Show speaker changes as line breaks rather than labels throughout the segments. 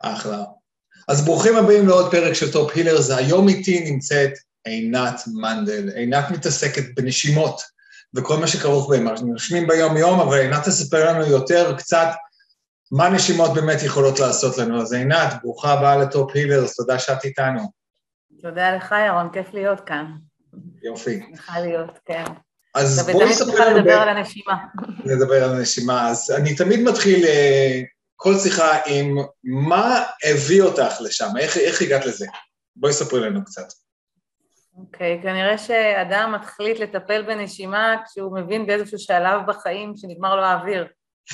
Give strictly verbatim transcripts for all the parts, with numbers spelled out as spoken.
אחלה. אז ברוכים הבאים לעוד פרק של טופ הילרס. היום איתי נמצאת עינת מנדל. עינת מתעסקת בנשימות וכל מה שכרוך בהם. אנחנו נשמים ביום יום, אבל עינת תספר לנו יותר קצת מה נשימות באמת יכולות לעשות לנו. אז עינת, ברוכה הבאה לטופ הילרס, תודה שאת איתנו.
תודה לך ירון, כיף להיות כאן.
יופי.
צריכה להיות, כן.
אז בואי ספר לנו...
תמיד לדבר על הנשימה.
נדבר על הנשימה. אז אני תמיד מתחיל כל שיחה עם מה הביא אותך לשם, איך, איך הגעת לזה? בואי ספרי לנו קצת.
אוקיי, okay, כנראה שאדם מתחליט לטפל בנשימה כשהוא מבין באיזשהו שלב בחיים שנגמר לו האוויר.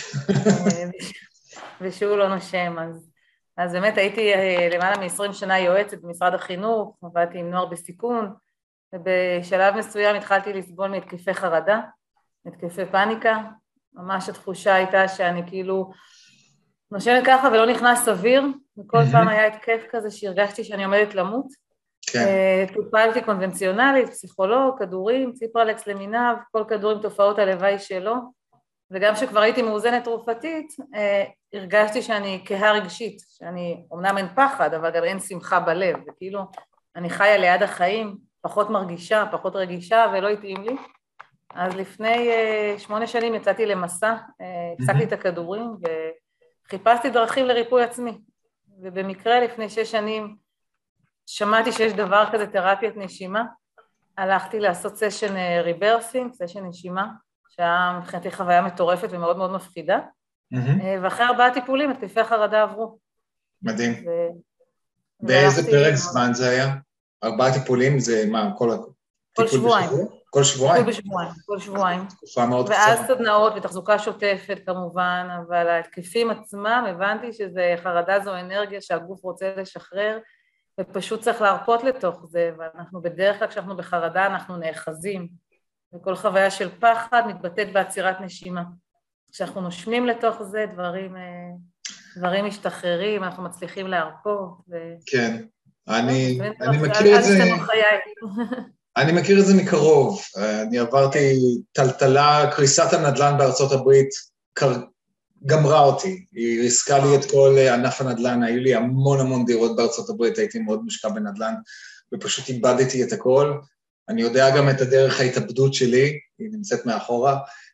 ושהוא לא נושם. אז, אז באמת הייתי למעלה מ-עשרים שנה יועצת במשרד החינוך, עבדתי עם נוער בסיכון, ובשלב מסוים התחלתי לסבול מהתקפי חרדה, התקפי פאניקה. ממש התחושה הייתה שאני כאילו נושמת ככה ולא נכנס אוויר, וכל mm-hmm. פעם היה התקף כזה שהרגשתי שאני עומדת למות. כן. Uh, טופלתי קונבנציונלית, פסיכולוג, כדורים, ציפרלקס למינב, כל כדור עם תופעות הלוואי שלו, וגם שכבר הייתי מאוזנת תרופתית, uh, הרגשתי שאני כהה רגשית, שאני אומנם אין פחד, אבל גם אין שמחה בלב, וכאילו אני חיה ליד החיים, פחות מרגישה, פחות רגישה, ולא התאים לי. אז לפני uh, שמונה שנים יצאתי למסע, uh, הפסקתי mm-hmm. את הכדורים, וחיפשתי דרכים לריפוי עצמי, ובמקרה לפני שש שנים, שמעתי שיש דבר כזה תרפיית נשימה, הלכתי לעשות סשן ריברסינג, סשן נשימה, שהיה מבחינתי חוויה מטורפת ומאוד מאוד מפחידה, mm-hmm. ואחרי ארבעה טיפולים התקפי חרדה עברו.
מדהים. ו... באיזה פרק זמן זה היה? ארבעה טיפולים זה מה? כל,
כל שבועיים.
בשבוע? כל שבועיים?
כל בשבועיים, כל שבועיים.
תקופה מאוד קצרה.
ואז סדנאות ותחזוקה שוטפת כמובן, אבל ההתקפים עצמם, הבנתי שזה חרדה זו אנרגיה שהגוף רוצה לשחרר, ופשוט צריך להרפות לתוך זה, ואנחנו בדרך כלל כשאנחנו בחרדה אנחנו נאחזים, וכל חוויה של פחד מתבטאת בעצירת נשימה. כשאנחנו נושמים לתוך זה, דברים, דברים משתחררים, אנחנו מצליחים להרפות. ו...
כן, אני, אני מכיר את זה, אני מכיר את זה מקרוב, אני עברתי טלטלה, קריסת הנדל"ן בארצות הברית, גמרה אותי, היא ריסקה לי את כל ענף הנדל"ן, היו לי המון המון דירות בארצות הברית, הייתי מאוד מושקע בנדל"ן, ופשוט איבדתי את הכל. אני יודע גם את הדרך ההתאבדות שלי, היא נמצאת מאחורה,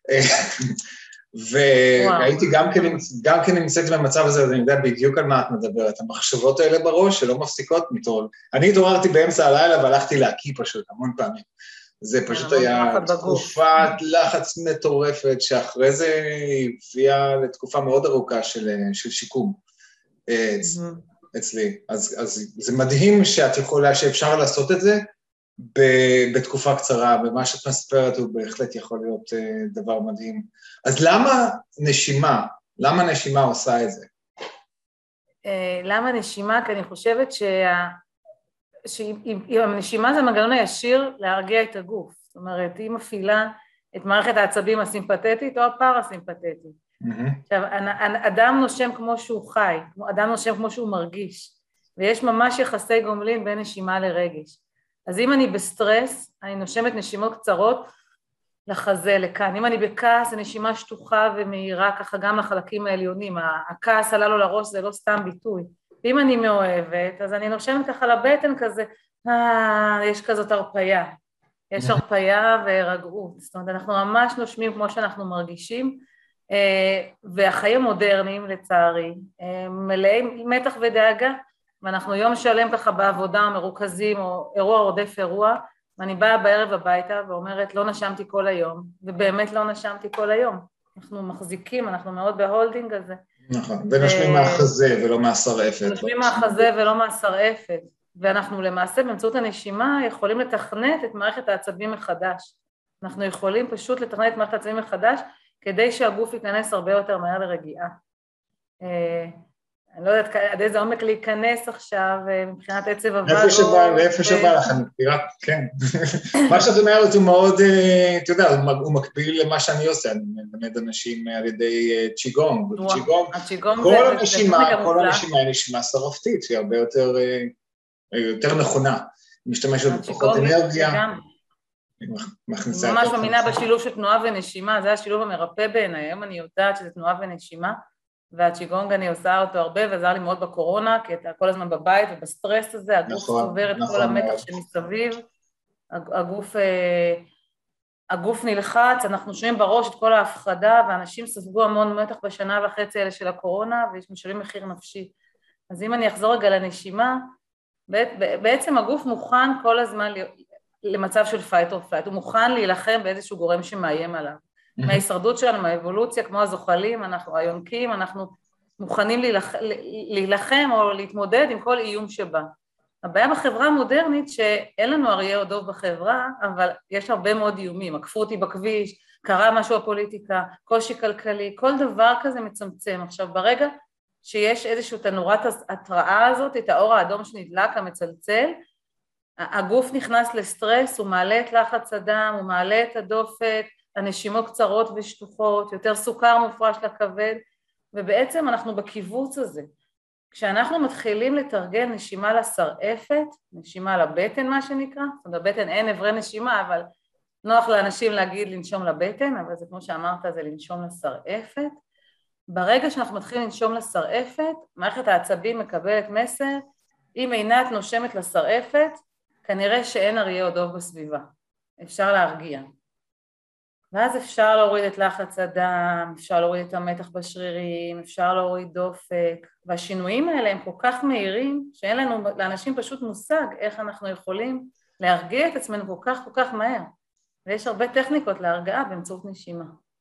והייתי גם כן, גם כן נמצאת במצב הזה, אז אני יודע בדיוק על מה את מדברת, המחשבות האלה בראש שלא מפסיקות מתעורר. אני התעוררתי באמצע הלילה והלכתי להקיא פשוט המון פעמים. זה פשוט היה תקופת לחץ מטורפת, שאחרי זה הביאה לתקופה מאוד ארוכה של, של שיקום אצ, אצלי. אז, אז זה מדהים שאת יכולה, שאפשר לעשות את זה בתקופה קצרה, ומה שאת מספרת הוא בהחלט יכול להיות דבר מדהים. אז למה נשימה? למה נשימה עושה את זה?
למה נשימה? כי אני חושבת שה... שהנשימה זה המנגנון הישיר להרגיע את הגוף, זאת אומרת, היא מפעילה את מערכת העצבים הסימפתטית או הפרסימפתטית. Mm-hmm. עכשיו, אדם נושם כמו שהוא חי, אדם נושם כמו שהוא מרגיש, ויש ממש יחסי גומלין בין נשימה לרגש. אז אם אני בסטרס, אני נושמת נשימות קצרות לחזה, לכאן. אם אני בכעס, הנשימה שטוחה ומהירה ככה גם לחלקים העליונים, הכעס עלה לו לראש זה לא סתם ביטוי. ואם אני מאוהבת, אז אני נושמת ככה לבטן כזה, אה, יש כזאת הרפיה, יש הרפיה ורגעות, זאת אומרת, אנחנו ממש נושמים כמו שאנחנו מרגישים, והחיים המודרניים לצערי, מלאים מתח ודאגה, ואנחנו יום שלם ככה בעבודה מרוכזים, או אירוע רודף אירוע, ואני באה בערב הביתה ואומרת, לא נשמתי כל היום, ובאמת לא נשמתי כל היום, אנחנו מחזיקים, אנחנו מאוד בהולדינג הזה,
נכון, ונושמים מהחזה ולא מהשרעפת.
נושמים מהחזה ולא מהשרעפת, ואנחנו למעשה באמצעות הנשימה יכולים לתכנת את מערכת העצבים מחדש. אנחנו יכולים פשוט לתכנת את מערכת העצבים מחדש, כדי שהגוף ייכנס הרבה יותר מהר לרגיעה. אני לא יודעת עד איזה עומק להיכנס עכשיו, מבחינת עצב הבא.
איפה שבא, ואיפה שבא לך, אני מכירה, כן. מה שאת אומרת הוא מאוד, אתה יודע, הוא מקביל למה שאני עושה, אני מלמד אנשים על ידי צ'יגונג, וצ'יגונג, כל הנשימה, כל הנשימה היא נשימה שרפתית, שהיא הרבה יותר נכונה, משתמשת בפחות אנרגיה.
ממש מאמינה בשילוב של תנועה ונשימה, זה השילוב המרפא בעיניי, היום אני יודעת שזה תנועה ונשימה, והצ'יגונג אני עושה אותו הרבה, ועזר לי מאוד בקורונה, כי אתה כל הזמן בבית ובסטרס הזה, הגוף
נכון,
סובר את
נכון
כל המתח
מאוד.
שמסביב, הגוף, הגוף נלחץ, אנחנו שומעים בראש את כל ההפחדה, ואנשים ספגו המון מתח בשנה וחצי האלה של הקורונה, ויש משלמים מחיר נפשי. אז אם אני אחזור רגע לנשימה, בעצם הגוף מוכן כל הזמן למצב של fight or flight, הוא מוכן להילחם באיזשהו גורם שמאיים עליו. מההישרדות שלנו, מהאבולוציה, כמו הזוחלים, אנחנו היונקים, אנחנו מוכנים להילחם או להתמודד עם כל איום שבא. הבעיה בחברה המודרנית שאין לנו אריה או דוב בחברה, אבל יש הרבה מאוד איומים, עקפו אותי בכביש, קרה משהו בפוליטיקה, קושי כלכלי, כל דבר כזה מצמצם. עכשיו ברגע שיש איזושהי תנורת התראה הזאת, את האור האדום שנדלק, המצלצל, הגוף נכנס לסטרס, הוא מעלה את לחץ הדם, הוא מעלה את הדופק, הנשימות קצרות ושטוחות, יותר סוכר מופרש לכבד, ובעצם אנחנו בקיבוץ הזה. כשאנחנו מתחילים לתרגל נשימה לשרעפת, נשימה לבטן מה שנקרא, זאת אומרת, בבטן אין אברי נשימה, אבל נוח לאנשים להגיד לנשום לבטן, אבל זה כמו שאמרת, זה לנשום לשרעפת. ברגע שאנחנו מתחילים לנשום לשרעפת, מערכת העצבים מקבלת מסר, אם עינת נושמת לשרעפת, כנראה שאין אריה או דוב בסביבה, אפשר להרגיע. ואז אפשר להוריד את לחץ הדם, אפשר להוריד את המתח בשרירים, אפשר להוריד דופק, והשינויים האלה הם כל כך מהירים, שאין לנו, לאנשים פשוט מושג איך אנחנו יכולים להרגיע את עצמנו כל כך כל כך מהר, ויש הרבה טכניקות להרגעה באמצעות נשימה.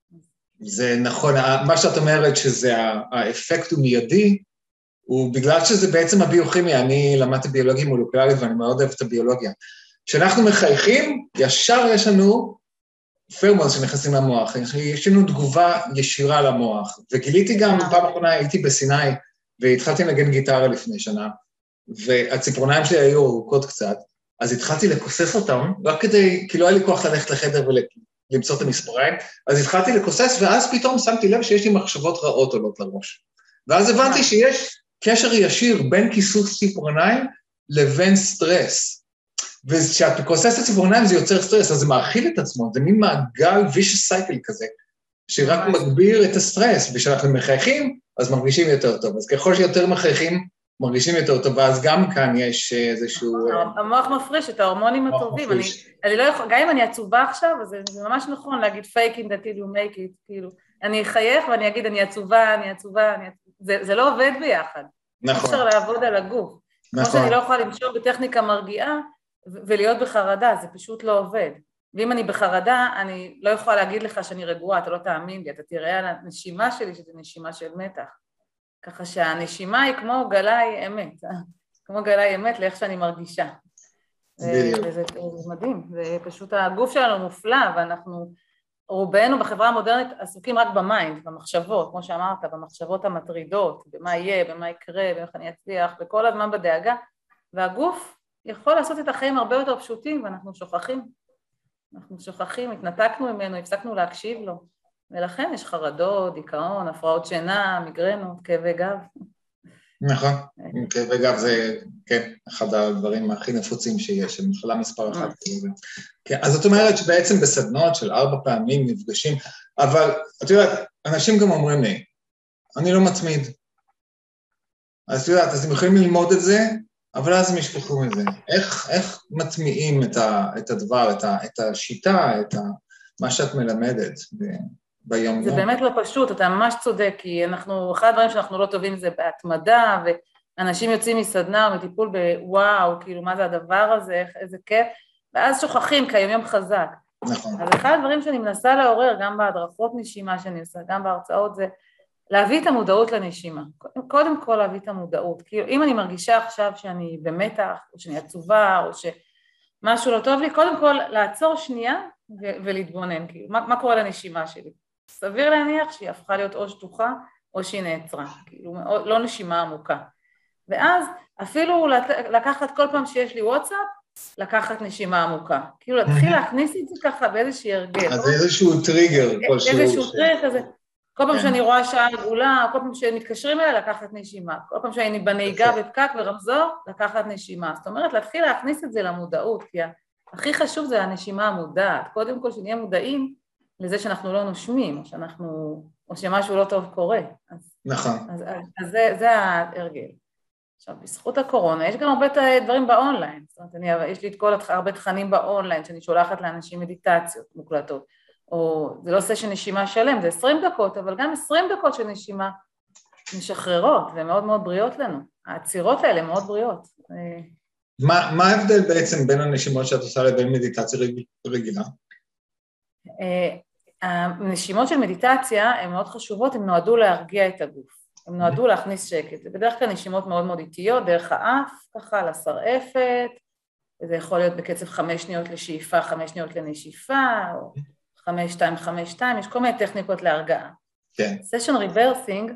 זה נכון, מה שאת אומרת שזה האפקט הוא מיידי, הוא בגלל שזה בעצם הביוכימיה, אני למדתי ביולוגיה מולקולרית ואני מאוד אוהב את הביולוגיה. כשאנחנו מחייכים, ישר יש לנו פרמונס שנכנסים למוח, יש לנו תגובה ישירה למוח, וגיליתי גם, פעם אחרונה הייתי בסיני, והתחלתי לנגן גיטרה לפני שנה, והציפורניים שלי היו ארוכות קצת, אז התחלתי לקוסס אותם, רק כדי, כי לא היה לי כוח ללכת לחדר ולמצוא את המספריים, אז התחלתי לקוסס, ואז פתאום שמתי לב שיש לי מחשבות רעות עולות לראש. ואז הבנתי שיש קשר ישיר בין כיסוס ציפורניים לבין סטרס. וכשאת קוססת ציפורניים זה יוצר סטרס, אז זה מאכיל את עצמו, זה מין מעגל vicious cycle כזה, שרק מגביר את הסטרס, וכשאנחנו מחייכים, אז מרגישים יותר טוב. אז ככל שיותר מחייכים, מרגישים יותר טוב, ואז גם כאן יש איזשהו...
המוח מפריש את ההורמונים הטובים. אני לא יכול, גם אם אני עצובה עכשיו, אז זה ממש נכון להגיד fake it until you make it, כאילו, אני אחייך ואני אגיד אני עצובה, אני עצובה, זה לא עובד ביחד.
נכון.
אפשר לעבוד על הגוף. כמו שאני לא יכולה למשוך בטכניקה מרגיעה, ולהיות בחרדה, זה פשוט לא עובד. ואם אני בחרדה, אני לא יכולה להגיד לך שאני רגועה, אתה לא תאמין לי, אתה תראה על הנשימה שלי שזה נשימה של מתח. ככה שהנשימה היא כמו גלי אמת, כמו גלי אמת לאיך שאני מרגישה. וזה מדהים, זה פשוט הגוף שלנו מופלא, ואנחנו רובנו בחברה המודרנית עסוקים רק במיינד, במחשבות, כמו שאמרת, במחשבות המטרידות, במה יהיה, במה יקרה, באיך אני אצליח, וכל הזמן בדאגה, והגוף יכול לעשות את החיים הרבה יותר פשוטים, ואנחנו שוכחים. אנחנו שוכחים, התנתקנו ממנו, הפסקנו להקשיב לו, ולכן יש חרדות, דיכאון, הפרעות שינה, מיגרנות, כאבי גב.
נכון, כאבי גב זה, כן, אחד הדברים הכי נפוצים שיש, מחלה מספר אחת. כן, אז זאת אומרת שבעצם בסדנות של ארבע פעמים נפגשים, אבל את יודעת, אנשים גם אומרים לי, אני לא מצמיד. אז את יודעת, אז הם יכולים ללמוד את זה, אבל אז הם ישכחו מזה. איך, איך מטמיעים את, ה, את הדבר, את, ה, את השיטה, את ה, מה שאת מלמדת ביום
זה
יום?
באמת לא פשוט, אתה ממש צודק, כי אנחנו, אחד הדברים שאנחנו לא טובים זה בהתמדה, ואנשים יוצאים מסדנה או מטיפול בוואו, כאילו מה זה הדבר הזה, איך, איזה כיף, ואז שוכחים כי היום יום חזק.
נכון.
אז אחד הדברים שאני מנסה לעורר, גם בהדרכות נשימה שאני עושה, גם בהרצאות, זה להביא את המודעות לנשימה. קודם כל להביא את המודעות. כאילו, אם אני מרגישה עכשיו שאני במתח, או שאני עצובה, או שמשהו לא טוב לי, קודם כל לעצור שנייה ו- ולהתבונן. כאילו, מה, מה קורה לנשימה שלי? סביר להניח שהיא הפכה להיות או שטוחה, או שהיא נעצרה. כאילו, לא נשימה עמוקה. ואז אפילו לקחת כל פעם שיש לי וואטסאפ, לקחת נשימה עמוקה. כאילו, להתחיל להכניס את זה ככה באיזושהי הרגל.
אז איזשהו טריגר.
איזשהו טריגר כזה. כל פעם שאני רואה שעה עגולה, כל פעם שמתקשרים אליה, לקחת נשימה. כל פעם שאני בנהיגה בפקק ורמזור, לקחת נשימה. זאת אומרת, להתחיל להכניס את זה למודעות, כי הכי חשוב זה הנשימה המודעת. קודם כל שנהיה מודעים לזה שאנחנו לא נושמים, או שאנחנו, או שמשהו לא טוב קורה. אז
נכון.
אז, אז זה, זה ההרגל. עכשיו, בזכות הקורונה, יש גם הרבה דברים באונליין, זאת אומרת, אני, יש לי את כל הרבה תכנים באונליין, שאני שולחת לאנשים מדיטציות מוקלטות, או זה לא סשן נשימה שלם, זה עשרים דקות, אבל גם עשרים דקות של נשימה משחררות, והן מאוד מאוד בריאות לנו. העצירות האלה הן מאוד בריאות.
מה, מה ההבדל בעצם בין הנשימות שאת עושה לבין מדיטציה רגילה?
הנשימות של מדיטציה הן מאוד חשובות, הן נועדו להרגיע את הגוף, הן נועדו להכניס שקט, זה בדרך כלל נשימות מאוד מאוד איטיות, דרך האף, ככה לשרעפת, וזה יכול להיות בקצב חמש שניות לשאיפה, חמש שניות לנשיפה, או חמש, שתיים, חמש, שתיים, יש כל מיני טכניקות להרגעה.
כן.
סשן ריברסינג,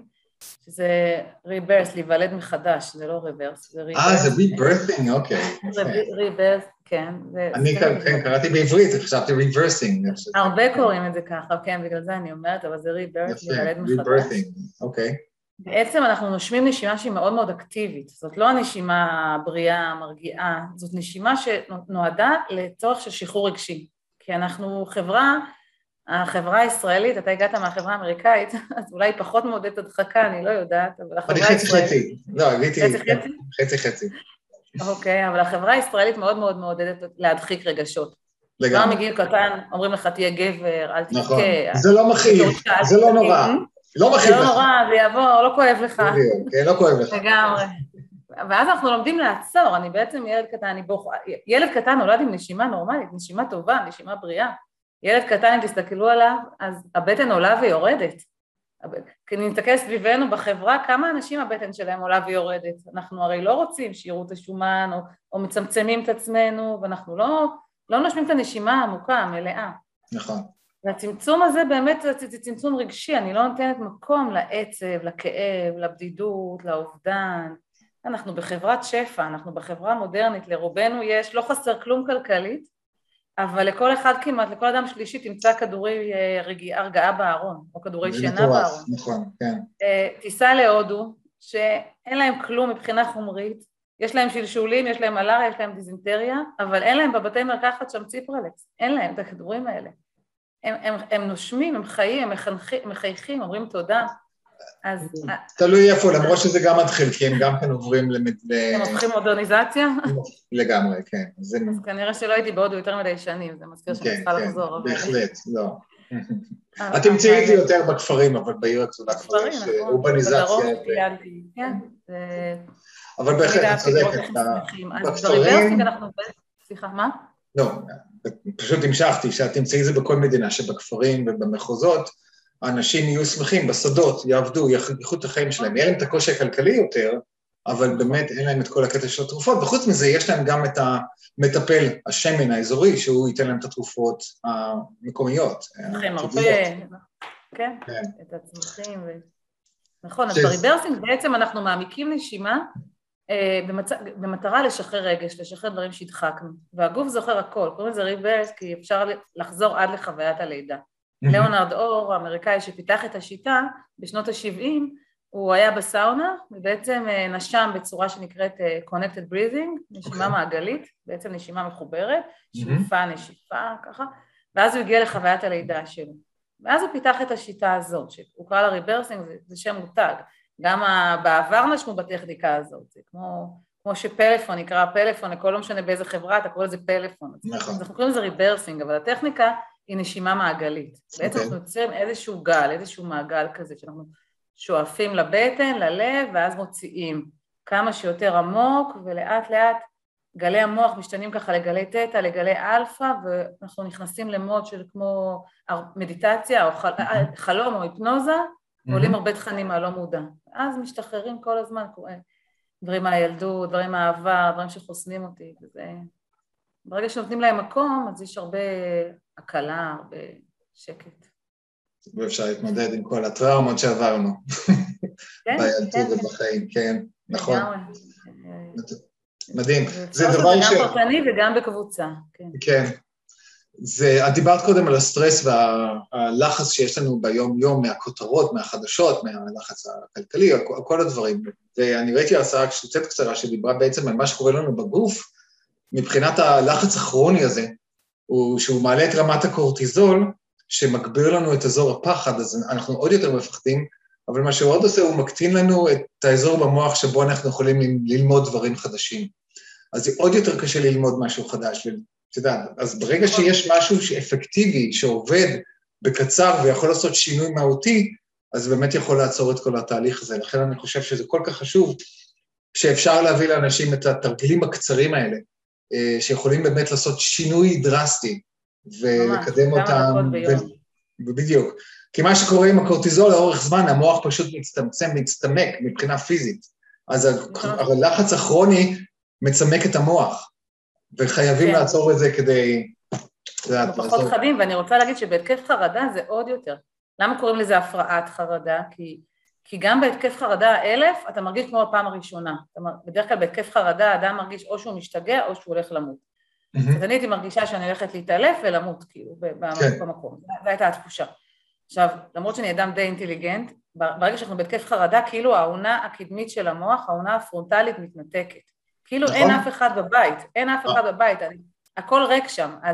שזה ריברס, להיוולד מחדש, זה לא ריברס, זה ריברס.
אה, זה ריברסינג, אוקיי.
ריברס, כן.
אני קראתי בעברית, חשבתי ריברסינג.
הרבה קוראים את זה ככה, כן, בגלל זה אני אומרת, אבל זה ריברס, להיוולד מחדש.
ריברסינג, אוקיי.
בעצם אנחנו נושמים נשימה שהיא מאוד מאוד אקטיבית, זאת לא הנשימה הבריאה, המרגיעה, זאת נשימה שנועדה לצורך של שחרור רגשי, כי אנחנו חברה, החברה הישראלית, אתה הגעת מהחברה האמריקאית, אז אולי פחות מעודדת הדחקה, אני לא יודעת, אבל החברה הישראלית...
אני חצי חצי, לא, הייתי חצי חצי.
אוקיי, אבל החברה הישראלית מאוד מאוד מעודדת להדחיק רגשות. לגמרי. כבר מגיל קטן, אומרים לך, תהיה גבר, אל תבכה.
נכון, זה לא מכאיב, זה לא נורא. לא מכאיב לך.
זה לא נורא, זה יעבור, לא כואב לך.
כן, לא כואב לך.
לגמרי. ואז אנחנו לומדים לעצור, אני בעצם ילד קטן, אני בוח... ילד קטן נולד עם נשימה נורמלית, נשימה טובה, נשימה בריאה. ילד קטן, אם תסתכלו עליו, אז הבטן עולה ויורדת. כי נסתכל סביבנו בחברה, כמה אנשים הבטן שלהם עולה ויורדת. אנחנו הרי לא רוצים שיראו את השומן, או, או מצמצמים את עצמנו, ואנחנו לא, לא נושמים את הנשימה העמוקה, המלאה.
נכון.
והצמצום הזה באמת זה צמצום רגשי, אני לא נותנת מקום לעצב, לכאב, לבדידות, לאובדן. אנחנו בחברת שפע, אנחנו בחברה מודרנית, לרובנו יש, לא חסר כלום כלכלית, אבל לכל אחד כמעט, לכל אדם שלישי תמצא כדורי רגיעה, הרגעה בארון, או כדורי שינה בארון.
נכון, כן.
טיסה להודו, שאין להם כלום מבחינה חומרית, יש להם שלשולים, יש להם מלאריה, יש להם דיזנטריה, אבל אין להם בבתי מרקחת שם ציפרלקס, אין להם את הכדורים האלה. הם, הם, הם נושמים, הם חיים, הם מחייכים, אומרים תודה. אז...
תלוי איפה, למרות שזה גם מתחיל, כי הם גם כן עוברים למד...
הם הופכים מודרניזציה?
לגמרי, כן.
אז כנראה שלא הייתי בהודו יותר מדי שנים, זה מזכיר שאני צריכה לחזור.
כן, בהחלט, לא. את תמצאי את זה יותר בכפרים, אבל בעיר הגדולה כבר יש אורבניזציה.
בדרום טיילתי, כן.
אבל בהחלט, את צודקת.
בכפרים... סליחה, מה?
לא, פשוט המשכתי, שאת תמצאי זה בכל מדינה, שבכפרים ובמחוזות, האנשים יהיו שמחים בשדות, יעבדו, יחו את החיים שלהם, יהיה להם את הקושי הכלכלי יותר, אבל באמת אין להם את כל הקטע של התרופות, וחוץ מזה יש להם גם את המטפל, השמן האזורי, שהוא ייתן להם את התרופות המקומיות.
צמחים הרבה, כן, את הצמחים. נכון, אז בריברסינג בעצם אנחנו מעמיקים נשימה, במטרה לשחרר רגש, לשחרר דברים שהדחקנו, והגוף זוכר הכל, קוראים לזה ריברס, כי אפשר לחזור עד לחוויית הלידה. ליאונרד אור, האמריקאי שפיתח את השיטה, בשנות ה-שבעים, הוא היה בסאונה, ובעצם נשם בצורה שנקראת connected breathing, נשימה מעגלית, בעצם נשימה מחוברת, שאיפה, נשיפה, ככה, ואז הוא הגיע לחוויית הלידה שלו. ואז הוא פיתח את השיטה הזאת, שהוא קרא לה ריברסינג, זה שם מותג. גם בעבר נשמו בטכניקה הזאת, זה כמו, כמו שפלאפון נקרא פלאפון, הכל לא משנה באיזה חברה, אתה קורא לזה פלאפון.
נכון.
אז אנחנו קוראים לזה ריברסינג, אבל הטכניקה היא נשימה מעגלית. בעצם אנחנו יוצרים איזשהו גל, איזשהו מעגל כזה, שאנחנו שואפים לבטן, ללב, ואז מוציאים כמה שיותר עמוק, ולאט לאט גלי המוח משתנים ככה לגלי תטא, לגלי אלפא, ואנחנו נכנסים למוד של כמו מדיטציה, או חל... חלום או היפנוזה, ועולים הרבה תכנים מהלא מודע. אז משתחררים כל הזמן, דברים מהילדות, דברים מהעבר, דברים שחוסמים אותי, וזה... ברגע שנותנים להם מקום, אז יש הרבה הקלה, הרבה שקט.
ואפשר להתמודד עם כל הטראומות שעברנו.
כן,
בילדות ובחיים, כן, נכון. מדהים.
זה דבר ש... גם פרטני וגם בקבוצה, כן.
כן. זה, את דיברת קודם על הסטרס והלחץ שיש לנו ביום-יום מהכותרות, מהחדשות, מהלחץ הכלכלי, כל הדברים. ואני ראיתי הרצאה קצת קצרה שדיברה בעצם על מה שקורה לנו בגוף, מבחינת הלחץ הכרוני הזה, הוא שהוא מעלה את רמת הקורטיזול, שמגביר לנו את אזור הפחד, אז אנחנו עוד יותר מפחדים, אבל מה שהוא עוד עושה, הוא מקטין לנו את האזור במוח שבו אנחנו יכולים ללמוד דברים חדשים. אז זה עוד יותר קשה ללמוד משהו חדש, ואתה יודע, אז ברגע שיש משהו שאפקטיבי, שעובד בקצר ויכול לעשות שינוי מהותי, אז באמת יכול לעצור את כל התהליך הזה. לכן אני חושב שזה כל כך חשוב, שאפשר להביא לאנשים את התרגילים הקצרים האלה, שיכולים באמת לעשות שינוי דרסטי, ולקדם אותם, ובדיוק. כי מה שקורה עם הקורטיזול לאורך זמן, המוח פשוט מצטמצם, מצטמק מבחינה פיזית. אז הלחץ הכרוני מצמק את המוח, וחייבים לעצור את זה כדי...
פחות חדים, ואני רוצה להגיד שבהתקף חרדה זה עוד יותר. למה קוראים לזה הפרעת חרדה? כי, כי גם בהתקף חרדה אלף, אתה מרגיש כמו הפעם הראשונה. בדרך כלל בהתקף חרדה, האדם מרגיש או שהוא משתגע או שהוא הולך למות. אז אני הייתי מרגישה שאני הולכת להתעלף ולמות, כאילו, במקום. זו הייתה התחושה. עכשיו, למרות שאני אדם די אינטליגנט, ברגע שאנחנו בהתקף חרדה, כאילו העונה הקדמית של המוח, העונה הפרונטלית מתנתקת. כאילו אין אף אחד בבית, אין אף אחד בבית, הכל ריק שם. אז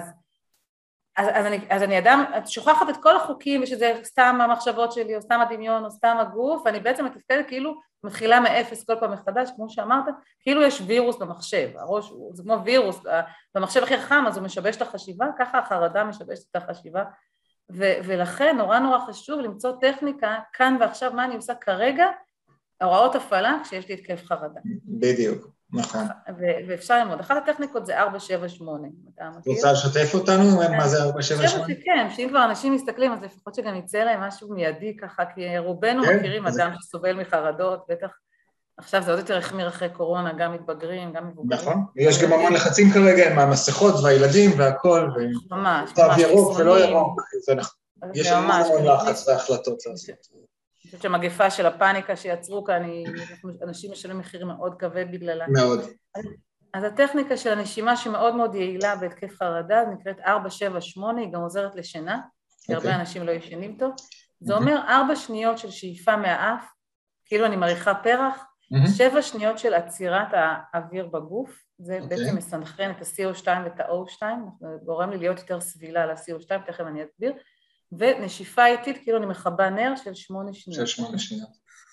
אז, אז, אני, אז אני אדם, את שוכחת את כל החוקים, ושזה סתם המחשבות שלי, או סתם הדמיון, או סתם הגוף, ואני בעצם מתפקדת כאילו מתחילה מאפס כל פעם מחדש, כמו שאמרת, כאילו יש וירוס במחשב, הראש זה כמו וירוס, במחשב הכי חם, אז הוא משבש את החשיבה, ככה החרדה משבשת את החשיבה, ו, ולכן נורא נורא חשוב למצוא טכניקה, כאן ועכשיו, מה אני עושה כרגע, הוראות הפעלה, כשיש לי התקף חרדה.
בדיוק. נכון.
ואפשר ללמוד. אחת הטכניקות זה ארבע שבע שמונה.
רוצה לשתף אותנו? מה זה ארבע שבע שמונה?
כן, שאם כבר אנשים מסתכלים, אז לפחות שגם יצא להם משהו מיידי ככה, כי רובנו מכירים אדם שסובל מחרדות, בטח עכשיו זה עוד יותר החמיר אחרי קורונה, גם מתבגרים, גם מבוגרים.
נכון, ויש גם המון לחצים כרגע עם המסכות והילדים והכל,
ממש,
תו ירוק ולא ירוק, יש המון המון לחץ והחלטות לעשות.
אני חושבת שהמגפה של הפאניקה שיצרו כאן, אנשים משלמים מחירים מאוד כבד בגללה.
מאוד.
אז הטכניקה של הנשימה שמאוד מאוד יעילה בהתקף חרדה, נקראת ארבע שבע שמונה, היא גם עוזרת לשינה, כי הרבה אנשים לא ישנים טוב. זה אומר ארבע שניות של שאיפה מהאף, כאילו אני מריחה פרח, שבע שניות של עצירת האוויר בגוף, זה בעצם מסנכרן את ה-סי או שתיים ואת ה-או שתיים, גורם לי להיות יותר סבילה על ה-סי או שתיים, תכף אני אסביר, ונשיפה איטית, כאילו אני מחבה נר של שמונה שניות.
של שמונה שניות.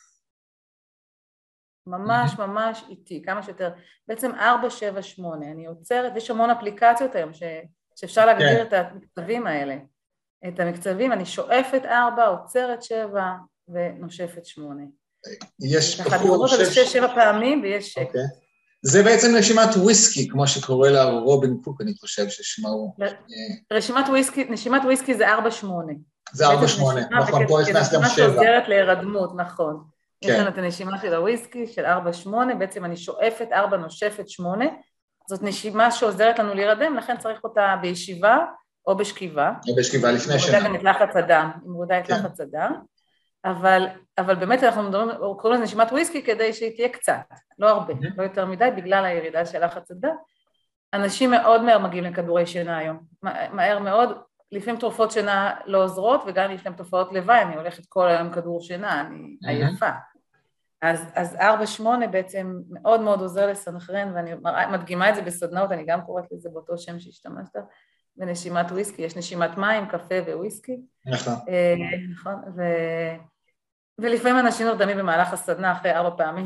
ממש ממש איטי, כמה שיותר. בעצם ארבע שבע שמונה, אני עוצרת, יש המון אפליקציות היום ש, שאפשר להגדיר את המקצבים האלה. את המקצבים, אני שואפת ארבע, עוצרת שבע ונושפת שמונה.
יש
ככה דיברות על שש שבע פעמים ויש שקט.
זה בעצם נשימת וויסקי, כמו שקורא לה רובין קוק, אני חושב ששמעו.
רשימת וויסקי, נשימת וויסקי זה ארבע שמונה.
זה ארבע שמונה, נכון, פה נכנס גם שבע.
נשימה שעוזרת להירדמות, נכון. יש לנו את הנשימה של הוויסקי, של ארבע שמונה, בעצם אני שואפת ארבע, נושפת שמונה, זאת נשימה שעוזרת לנו להירדם, לכן צריך אותה בישיבה או בשכיבה.
או בשכיבה, לפני שנה.
עם מורדה את לחץ הדם, עם מורדה את לחץ הדם. אבל, אבל באמת אנחנו מדברים, קוראים לזה נשימת וויסקי כדי שהיא תהיה קצת, לא הרבה, mm-hmm. לא יותר מדי, בגלל הירידה של לחץ הדם. אנשים מאוד מהר מגיעים לכדורי שינה היום, מהר מאוד, לפעמים תרופות שינה לא עוזרות, וגם יש להם תופעות לוואי, אני הולכת כל היום כדור שינה, אני mm-hmm. עייפה. אז, אז ארבע שמונה בעצם מאוד מאוד עוזר לסנכרן, ואני מדגימה את זה בסדנאות, אני גם קוראת לזה באותו שם שהשתמשת, בנשימת וויסקי, יש נשימת מים, קפה וויסקי.
נכון.
נכון, ו... ולפעמים אנשים נרדמים במהלך הסדנה אחרי ארבע פעמים.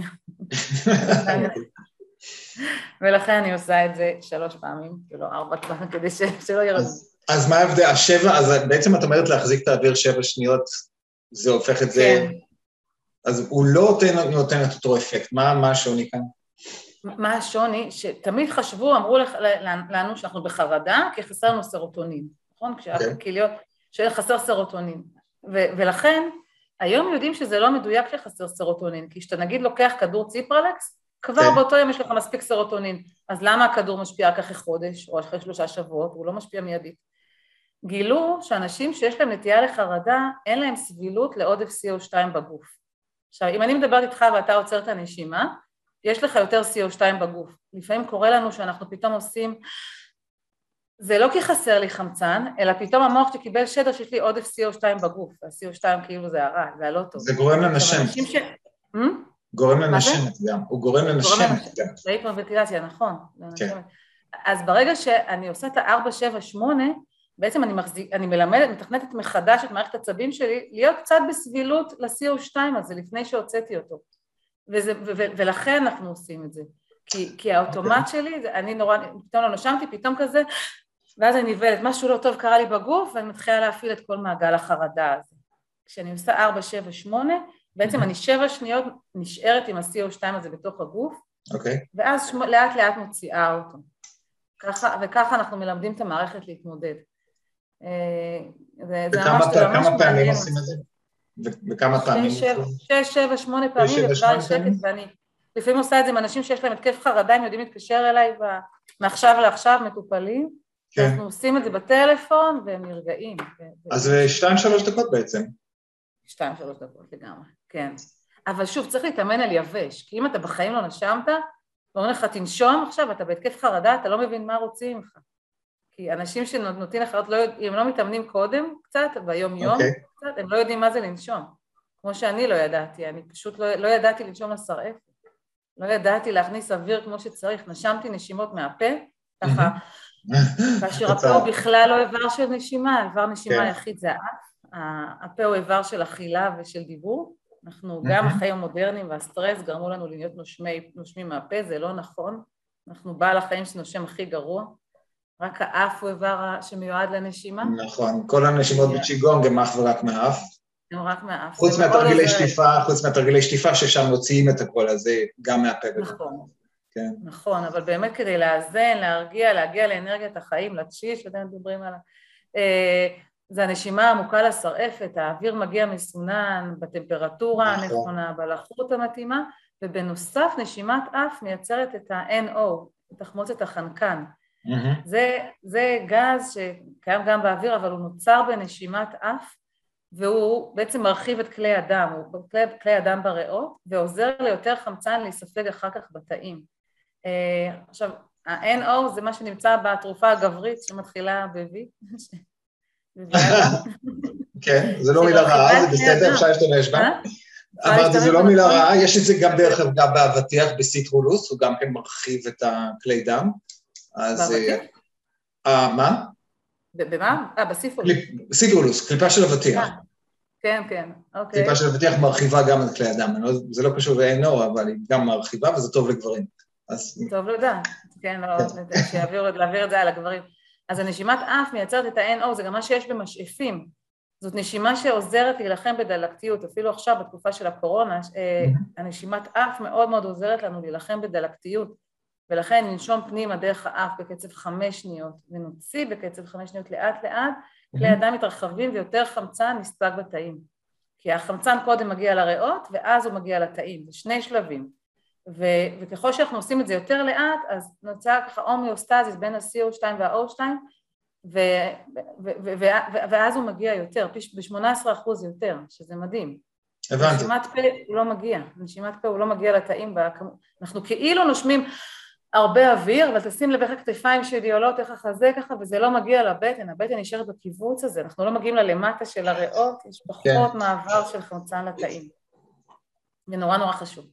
ולכן אני עושה את זה שלוש פעמים, ולא ארבע פעמים, כדי שלא ירדו.
אז מה ההבדל? השבע, אז בעצם את אומרת להחזיק את האוויר שבע שניות, זה הופך את זה... אז הוא לא נותן את אותו אפקט, מה השוני כאן?
מה השוני? שתמיד חשבו, אמרו לנו שאנחנו בחרדה, כי חסר לנו סרוטונין, נכון? כשהכליות, שחסר סרוטונין. ולכן, היום יודעים שזה לא מדויק שחסר סרוטונין, כי כשאתה נגיד לוקח כדור ציפרלקס, כבר באותו יום יש לך מספיק סרוטונין, אז למה הכדור משפיע רק אחרי חודש, או אחרי שלושה שבועות, הוא לא משפיע מיידית. גילו שאנשים שיש להם נטייה לחרדה, אין להם סבילות לעודף סי או שתיים בגוף. עכשיו, אם אני מדברת איתך ואתה עוצר את הנשימה, יש לך יותר סי או שתיים בגוף. לפעמים קורה לנו שאנחנו פתאום עושים, זה לא כי חסר לי חמצן, אלא פתאום המוח שקיבל שדר שיש לי עודף סי או שתיים בגוף, וה-סי או שתיים כאילו זה הרע, זה הלא טוב.
זה גורם לנשמת. ש... גורם לנשמת גם, הוא גורם לנשמת גם.
זה היפרוונטילציה, נכון. כן. אז ברגע שאני עושה את ה-ארבע שבע שמונה, בעצם אני, מחזיק, אני מלמדת, מתכנתת מחדש את מערכת הצבים שלי, להיות קצת בסבילות ל-סי או טו הזה, לפני שהוצאתי אותו. וזה, ו- ו- ולכן אנחנו עושים את זה. כי, כי האוטומט שלי, זה, אני נורא, פתאום לא נושמתי, פתאום כזה, ואז אני נבלת, משהו לא טוב קרה לי בגוף, ואני מתחילה להפעיל את כל מעגל החרדה הזה. כשאני עושה ארבע, שבע, שמונה, בעצם אני שבע שניות נשארת עם ה-סי או טו הזה בתוך הגוף,
אוקיי.
ואז שמו, לאט לאט מוציאה אותו. ככה, וככה אנחנו מלמדים את המערכת להתמודד. זה, זה ממש, זה ממש
כמה פעמים עושים את זה? וכמה פעמים?
שש, שבע, שמונה פעמים, וכבר שקט, ואני לפעמים עושה את זה עם אנשים שיש להם התקף חרדה, הם יודעים להתקשר אליי מעכשיו לעכשיו, מטופלים, אנחנו עושים את זה בטלפון, והם נרגעים.
אז זה שתיים, שלוש דקות בעצם.
שתיים, שלוש דקות לגמרי, כן. אבל שוב, צריך להתאמן על יבש, כי אם אתה בחיים לא נשמת, ואומרים לך, תנשום עכשיו, אתה בהתקף חרדה, אתה לא מבין מה רוצים לך. כי אנשים שנותנים לך, הם לא מתאמנים קודם קצת, ביום יום, okay. קצת, הם לא יודעים מה זה לנשום. כמו שאני לא ידעתי, אני פשוט לא, לא ידעתי לנשום לשרעפת. לא ידעתי להכניס אוויר כמו שצריך, נשמתי נשימות מהפה, ככה, כאשר הפה הוא בכלל לא איבר של נשימה, איבר נשימה היחיד זה האף, הפה הוא איבר של אכילה ושל דיבור, אנחנו גם החיים המודרניים והסטרס גרמו לנו להיות נושמי, נושמים מהפה, זה לא נכון, אנחנו בעל החיים שנושם הכי גרוע, רק האף הוא איבר שמיועד לנשימה.
נכון, כל הנשימות בצ'יגונג הם אך ורק מהאף.
הם רק מהאף.
חוץ מהתרגילי שטיפה, חוץ מהתרגילי שטיפה ששם מוציאים את הכל הזה, גם מהפה.
נכון, נכון, אבל באמת כדי לאזן, להרגיע, להגיע לאנרגיית החיים, לתשיש, שאתם מדברים עליו, זה הנשימה העמוקה לשרעפת, האוויר מגיע מסונן, בטמפרטורה הנכונה, בלחות המתאימה, ובנוסף נשימת אף מייצרת את ה-אן או, את תחמוצת החנקן. זה, זה גז שקיים גם באוויר, אבל הוא נוצר בנשימת אף, והוא בעצם מרחיב את כלי הדם, הוא כלי, כלי הדם בריאות, ועוזר ליותר חמצן להיספג אחר כך בתאים. עכשיו, ה-אן או זה מה שנמצא בתרופה הגברית שמתחילה ב-V.
כן, זה לא מילה רעה, זה בסדר, אפשר להשתמש בה. אמרתי, זה לא מילה רעה, יש את זה גם דרך אגב באבטיח בסיטרולוס, הוא גם כן מרחיב את הכלי דם.
באבטיח?
מה?
במה? אה, בסיטרולוס.
בסיטרולוס, קליפה של אבטיח.
כן, כן, אוקיי.
קליפה של אבטיח מרחיבה גם את כלי הדם, זה לא קשור ל-אן או, אבל היא גם מרחיבה וזה טוב לגברים.
טוב לדעת, כן, להעביר את זה על הגברים. אז הנשימת אף מייצרת את ה-אן או, זה גם מה שיש במשאפים. זאת נשימה שעוזרת להילחם בדלקתיות, אפילו עכשיו בתקופה של הקורונה, הנשימת אף מאוד מאוד עוזרת לנו להילחם בדלקתיות, ולכן ננשום פנימה דרך האף בקצב חמש שניות, ונוציא בקצב חמש שניות לאט לאט, כלי הדם מתרחבים ויותר חמצן נספג בתאים. כי החמצן קודם מגיע לריאות, ואז הוא מגיע לתאים, זה שני שלבים. ו- וככל שאנחנו עושים את זה יותר לאט, אז נוצר ככה הומאוסטזיס בין ה-סי או טו וה-או טו, ו- ו- ו- ו- ואז הוא מגיע יותר, ב-שמונה עשרה אחוז יותר, שזה מדהים.
הבנתי.
נשימת פה הוא לא מגיע, נשימת פה הוא לא מגיע לתאים, אנחנו כאילו נושמים הרבה אוויר, אבל תשים לב איך הכתפיים שלי עולות, איך החזה ככה, וזה לא מגיע לבטן, הבטן נשארת בקיבוץ הזה, אנחנו לא מגיעים ללמטה של הריאות, יש פחות כן. מעבר של חמצן לתאים. זה נורא נורא חשוב.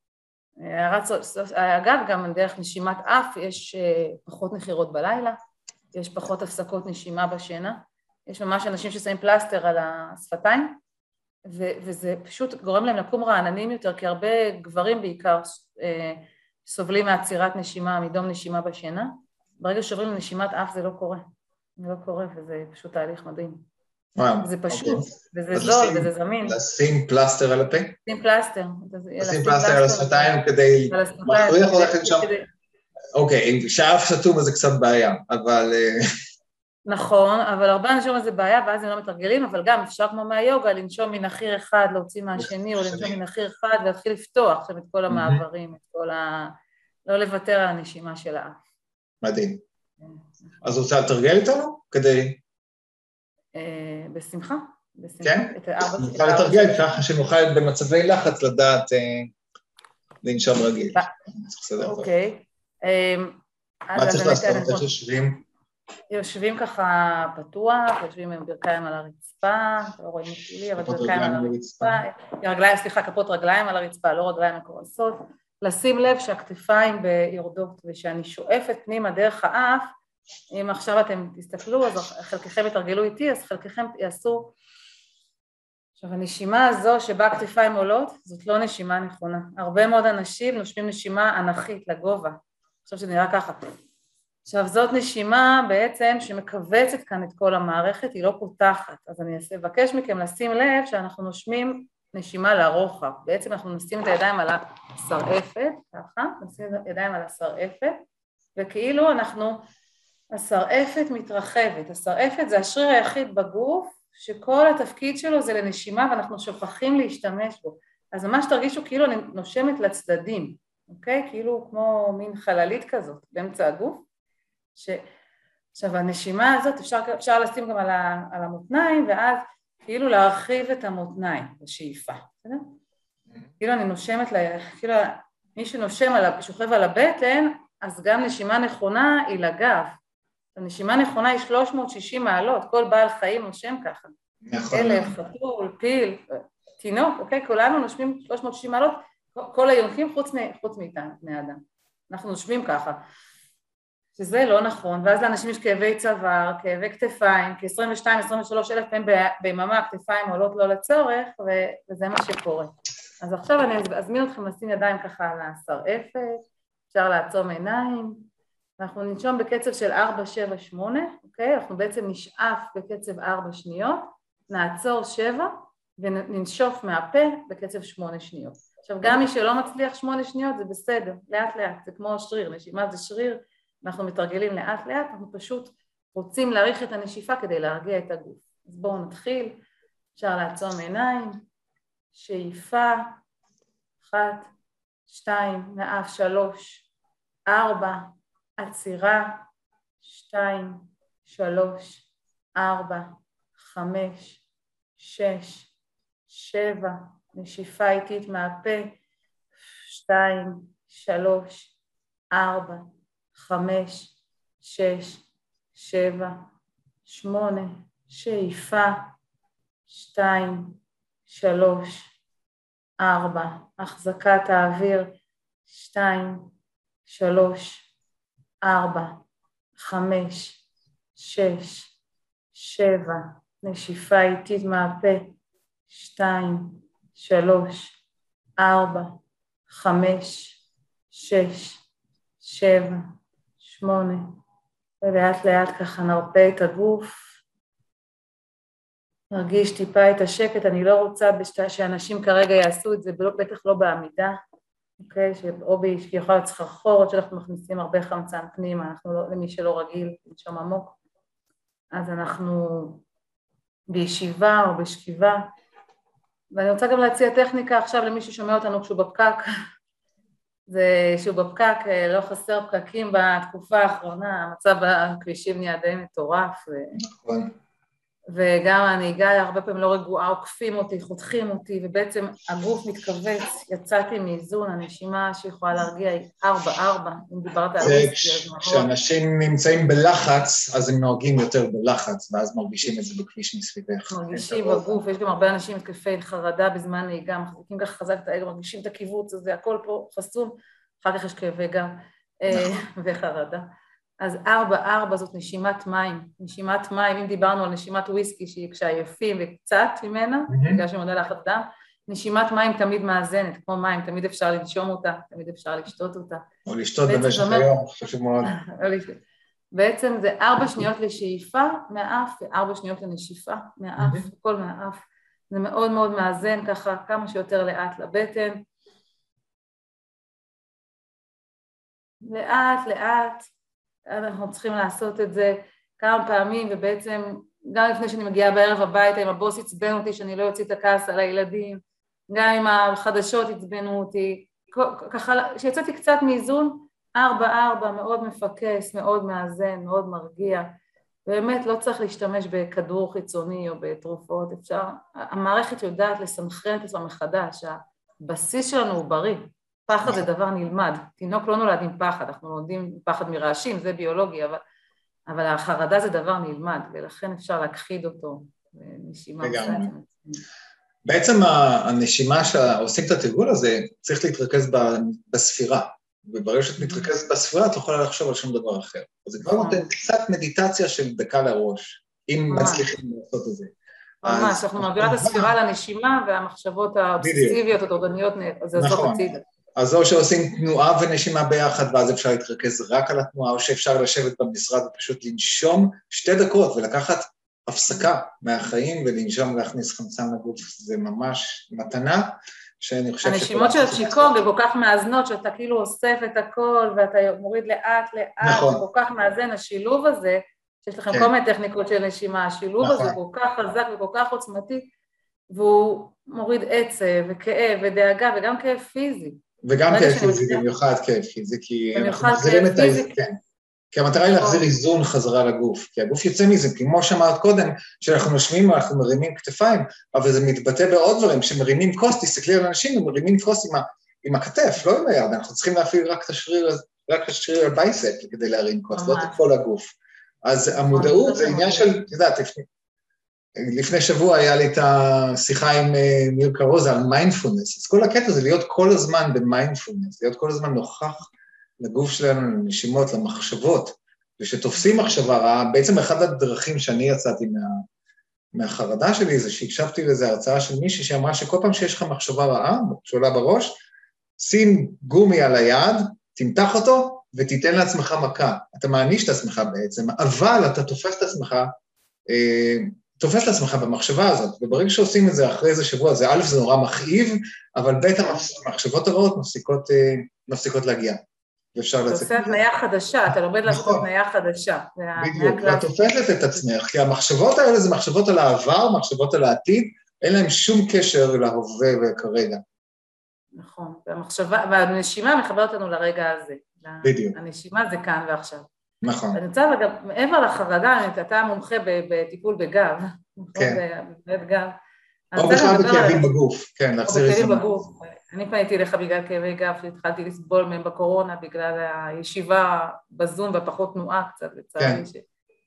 אגב, גם דרך נשימת אף יש פחות נחירות בלילה, יש פחות הפסקות נשימה בשינה, יש ממש אנשים ששמים פלסטר על השפתיים, ו- וזה פשוט גורם להם לקום רעננים יותר, כי הרבה גברים בעיקר סובלים מעצירת נשימה, מדום נשימה בשינה, ברגע שעוברים לנשימת אף זה לא קורה, זה לא קורה, וזה פשוט תהליך מדהים. זה פשוט, וזה זול, וזה זמין.
לשים פלסטר על הפה?
לשים פלסטר.
לשים פלסטר על השפתיים כדי... מכריח הולכת שם... אוקיי, כשאף סתום אז זה קצת בעיה, אבל...
נכון, אבל הרבה אנשים זה בעיה, ואז הם לא מתרגלים, אבל גם אפשר כמו מהיוגה, לנשום מנחיר אחד, להוציא מהשני, או לנשום מנחיר אחד, ולהתחיל לפתוח שם את כל המעברים, את כל ה... לא לוותר על הנשימה של האף.
מדהים. אז רוצה לתרגל איתנו? כדי...
בשמחה.
כן? נוכל לתרגל ככה שנוכל במצבי לחץ לדעת לנשום רגיל.
אוקיי.
מה צריך לעשות? איך יושבים?
יושבים ככה פתוח, יושבים עם ברכיים על הרצפה, לא רואים אותי, אבל ברכיים על הרצפה, רגליים, סליחה, כפות רגליים על הרצפה, לא רגליים מקורסות, לשים לב שהכתפיים יורדות, ושאני שואפת פנימה דרך האף, אם עכשיו אתם תסתכלו, אז חלקכם יתרגלו איתי, אז חלקכם יעשו... עכשיו, הנשימה הזו שבה הכתפיים עולות, זאת לא נשימה נכונה. הרבה מאוד אנשים נושמים נשימה אנכית לגובה. עכשיו שזה נראה ככה. עכשיו, זאת נשימה בעצם שמכווצת כאן את כל המערכת, היא לא פותחת. אז אני אבקש מכם לשים לב שאנחנו נושמים נשימה לרוחב. בעצם אנחנו נשים את הידיים על השרעפת, ככה, נשים את הידיים על השרעפת, וכאילו אנחנו, השרעפת מתרחבת. השרעפת זה השריר היחיד בגוף, שכל התפקיד שלו זה לנשימה, ואנחנו שוכחים להשתמש בו. אז ממש תרגישו כאילו אני נושמת לצדדים, אוקיי? כאילו כמו מין חללית כזאת, באמצע הגוף. ש... עכשיו, הנשימה הזאת אפשר, אפשר לשים גם על, ה, על המותניים, ואז כאילו להרחיב את המותניים, בשאיפה, בסדר? כאילו אני נושמת, לה, כאילו מי שנושם, על, שוכב על הבטן, אז גם נשימה נכונה היא לגב. הנשימה נכונה היא שלוש מאות ושישים מעלות, כל בעל חיים נושם ככה.
נכון.
אלף, חתול, פיל, תינוק, אוקיי? כולנו נושמים שלוש מאות ושישים מעלות, כל היונקים חוץ, חוץ מאיתנו, בני אדם. אנחנו נושמים ככה. שזה לא נכון, ואז לאנשים יש כאבי צוואר, כאבי כתפיים, כ-עשרים ושתיים עד עשרים ושלוש אלף פעמים ביממה הכתפיים עולות לא לצורך, וזה מה שקורה. אז עכשיו אני אזמין אתכם לשים ידיים ככה על השרעפת, אפשר לעצום עיניים, אנחנו ננשום בקצב של ארבע שבע שמונה, אוקיי? אנחנו בעצם נשאף בקצב ארבע שניות, נעצור שבע וננשוף מהפה בקצב שמונה שניות. עכשיו גם מי שלא מצליח שמונה שניות זה בסדר, לאט לאט, זה כמו שריר, נשימה זה שריר, אנחנו מתרגלים לאט לאט, אנחנו פשוט רוצים להאריך את הנשיפה כדי להרגיע את הגוף. אז בואו נתחיל, אפשר לעצום עיניים, שאיפה, אחת, שתיים, מאף, שלוש, ארבע, עצירה, שתיים, שלוש, ארבע, חמש, שש, שבע, נשיפה איטית מהפה, שתיים, שלוש, ארבע, חמש, שש, שבע, שמונה, שאיפה, שתיים, שלוש, ארבע, החזקת האוויר, שתיים, שלוש, ארבע, חמש, שש, שבע, נשיפה איטית מהפה, שתיים, שלוש, ארבע, חמש, שש, שבע, שמונה, ולאט לאט ככה נרפה את הגוף, נרגיש טיפה את השקט, אני לא רוצה בשתה, שאנשים כרגע יעשו את זה, בטח לא בעמידה, אוקיי, או יכול להיות סחרחורת שאנחנו מכניסים הרבה חמצן פנימה, אנחנו לא, למי שלא רגיל, לנשום עמוק, אז אנחנו בישיבה או בשכיבה, ואני רוצה גם להציע טכניקה עכשיו למי ששומע אותנו כשהוא בפקק, זה שהוא בפקק, לא חסר פקקים בתקופה האחרונה, המצב בכבישים נהיה די מטורף,
נכון.
וגם הנהיגה הרבה פעמים לא רגועה, עוקפים אותי, חותכים אותי, ובעצם הגוף מתכווץ, יצאתי מאיזון, הנשימה שיכולה להרגיע היא ארבע ארבע, אם דיברת על ריסקי.
כשאנשים נמצאים בלחץ, אז הם נוהגים יותר בלחץ, ואז מרגישים את זה בכביש מסביבך.
מרגישים בגוף, יש גם הרבה אנשים מתקפי חרדה בזמן נהיגה, מחזיקים ככה חזק את האגו, מרגישים את הקיבוץ הזה, הכל פה חסום, אחר כך יש כאבי גם וחרדה. אז ארבע, ארבע זאת נשימת מים, נשימת מים, אם דיברנו על נשימת וויסקי שהיא כשעייפים וקצת ממנה, בגלל שמודע לחץ דם, נשימת מים תמיד מאזנת, כמו מים, תמיד אפשר לנשום אותה, תמיד אפשר לשתות אותה.
או לשתות במשך היום, חשוב מאוד.
בעצם זה ארבע שניות לשאיפה מהאף, וארבע שניות לנשיפה מהאף, הכל מהאף. זה מאוד מאוד מאזן ככה, כמה שיותר לאט לבטן. לאט, לאט. אנחנו צריכים לעשות את זה כמה פעמים, ובעצם גם לפני שאני מגיעה בערב הביתה, אם הבוס יצבן אותי שאני לא יוציא את הכעס על הילדים, גם אם החדשות יצבנו אותי, ככה שיצאתי קצת מאיזון, ארבע ארבע, מאוד מפקס, מאוד מאזן, מאוד מרגיע, באמת לא צריך להשתמש בכדור חיצוני או בתרופות, אפשר, המערכת יודעת לסנכרן את עצמה מחדש, הבסיס שלנו הוא בריא, פחד זה דבר נלמד, תינוק לא נולד עם פחד, אנחנו נולדים עם פחד מרעשים, זה ביולוגי, אבל, אבל החרדה זה דבר נלמד, ולכן אפשר להכחיד אותו, נשימה.
בעצם הנשימה שעושים את התרגול הזה, צריך להתרכז בספירה, וברגע שאת מתרכזת בספירה, את לא יכולה לחשוב על שום דבר אחר. אז זה כבר נותן קצת מדיטציה של דקה לראש, אם מצליחים לעשות את זה.
ממש, אנחנו מעבירה את הספירה לנשימה, והמחשבות האובססיביות, הטורדניות, זה עוזרות הצידה.
אז או שעושים תנועה ונשימה ביחד, ואז אפשר להתרכז רק על התנועה, או שאפשר לשבת במשרד ופשוט לנשום שתי דקות, ולקחת הפסקה מהחיים, ולנשום ולהכניס חמצן לגוף. זה ממש מתנה, שאני חושב...
הנשימות של הצ'יקונג הן כל כך מאזנות, שאתה כאילו אוסף את הכל, ואתה מוריד לאט לאט, זה כל כך מאזן, השילוב הזה, שיש לכם כל מיני טכניקות של נשימה, השילוב הזה כל כך חזק וכל כך עוצמתי, והוא מוריד עצב וכאב ודאגה, וגם כאב פיזי.
וגם כאב פיזי, במיוחד כאב פיזי, כי אנחנו מחזירים את האיזון, כן. כי המטרה היא להחזיר איזון חזרה לגוף, כי הגוף יוצא מזה, כמו שאמרת קודם, שאנחנו נושמים, אנחנו מרימים כתפיים, אבל זה מתבטא בעוד דברים, שמרימים כוס, תסתכלי על אנשים, מרימים כוס עם, ה, עם הכתף, לא עם היד, אנחנו צריכים להפעיל רק את השריר, רק את השריר הבייספ, כדי להרים כוס, לא את כל הגוף. אז המודעות זה עניין של, את יודעת, לפני, לפני שבוע היה לי את השיחה עם ניר קרוזה על מיינדפולנס, אז כל הקטע זה להיות כל הזמן במיינדפולנס, להיות כל הזמן נוכח לגוף שלנו, לנשימות, למחשבות, ושתופסים מחשבה רעה, בעצם אחד הדרכים שאני יצאתי מה, מהחרדה שלי, זה שהקשבתי לזה הרצאה של מישהי שאמרה שכל פעם שיש לך מחשבה רעה, שעולה בראש, שים גומי על היד, תמתח אותו, ותיתן לעצמך מכה. אתה מעניש את עצמך בעצם, אבל אתה תופס את עצמך, אה, תופס את עצמך במחשבה הזאת, וברגע שעושים את זה אחרי איזה שבוע, זה א', זה נורא מכאיב, אבל ב' המחשבות הרעות מפסיקות, אה, מפסיקות להגיע. ואפשר לצאת.
אתה עושה התניה חדשה, אתה לומד לעשות התניה חדשה.
בדיוק, ואת תופסת את עצמך, כי המחשבות האלה זה מחשבות על העבר, מחשבות על העתיד, אין להם שום קשר להווה וכרגע.
נכון, והמחשבה, והנשימה מחברת אותנו לרגע הזה.
בדיוק.
הנשימה זה כאן ועכשיו.
נכון.
אני רוצה, מעבר לחרדה, אתה מומחה בטיפול בגב,
כן.
בבית גב.
או בכלל בכאבים בגוף, כן, להחזיר את זה.
או בכאבים בגוף. אני פניתי לך בגלל כאבי גב, שהתחלתי לסבול מהם בקורונה, בגלל הישיבה בזום והפחות תנועה קצת, לצערי. ש...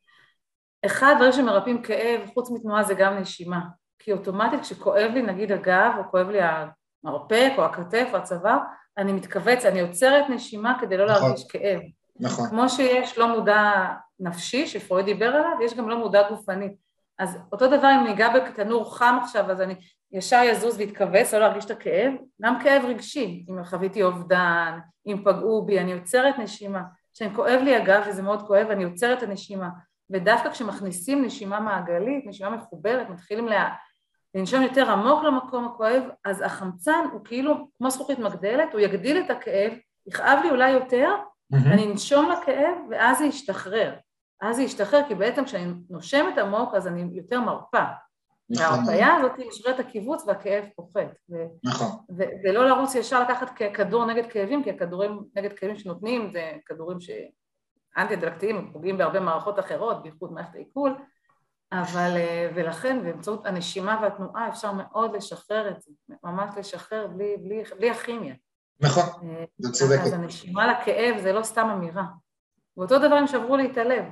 אחד הדברים שמרפאים כאב, חוץ מתנועה, זה גם נשימה. כי אוטומטית כשכואב לי, נגיד הגב, או כואב לי המרפק, או הכתף, או הצוואר, אני מתכווץ, אני עוצרת נשימה כדי לא
נכון.
להרגיש כאב.
נכון.
כמו שיש לא מודע נפשי, שפרויד דיבר עליו, יש גם לא מודע גופני. אז אותו דבר אם ניגע בתנור חם עכשיו, אז אני ישר יזוז והתכווץ, לא להרגיש את הכאב, גם כאב רגשי, אם חוויתי אובדן, אם פגעו בי, אני יוצרת נשימה. כשאני כואב לי הגב, וזה מאוד כואב, אני יוצרת את הנשימה. ודווקא כשמכניסים נשימה מעגלית, נשימה מחוברת, מתחילים לה... לנשום יותר עמוק למקום הכואב, אז החמצן הוא כאילו, כמו זכוכית מגדלת, הוא יגדיל את הכאב, יכאב לי אולי יותר, mm-hmm. אני ננשום לכאב, ואז זה ישתחרר. אז זה ישתחרר, כי בעצם כשאני נושמת עמוק, אז אני יותר מרפא. וההרפאיה הזאת משרה את הקיבוץ והכאב פוחת.
נכון.
ולא לרוץ ישר לקחת כדור נגד כאבים, כי הכדורים נגד כאבים שנותנים, זה כדורים שאנטי-דלקתיים, פוגעים בהרבה מערכות אחרות, בייחוד מערכת העיכול, אבל, ולכן, באמצעות הנשימה והתנועה, אפשר מאוד לשחרר את זה, ממש לשחרר בלי, בלי, בלי הכימיה.
נכון, זה צודקת.
אז הנשימה לכאב זה לא סתם אמירה. ואותו דבר הם שברו לי את הלב,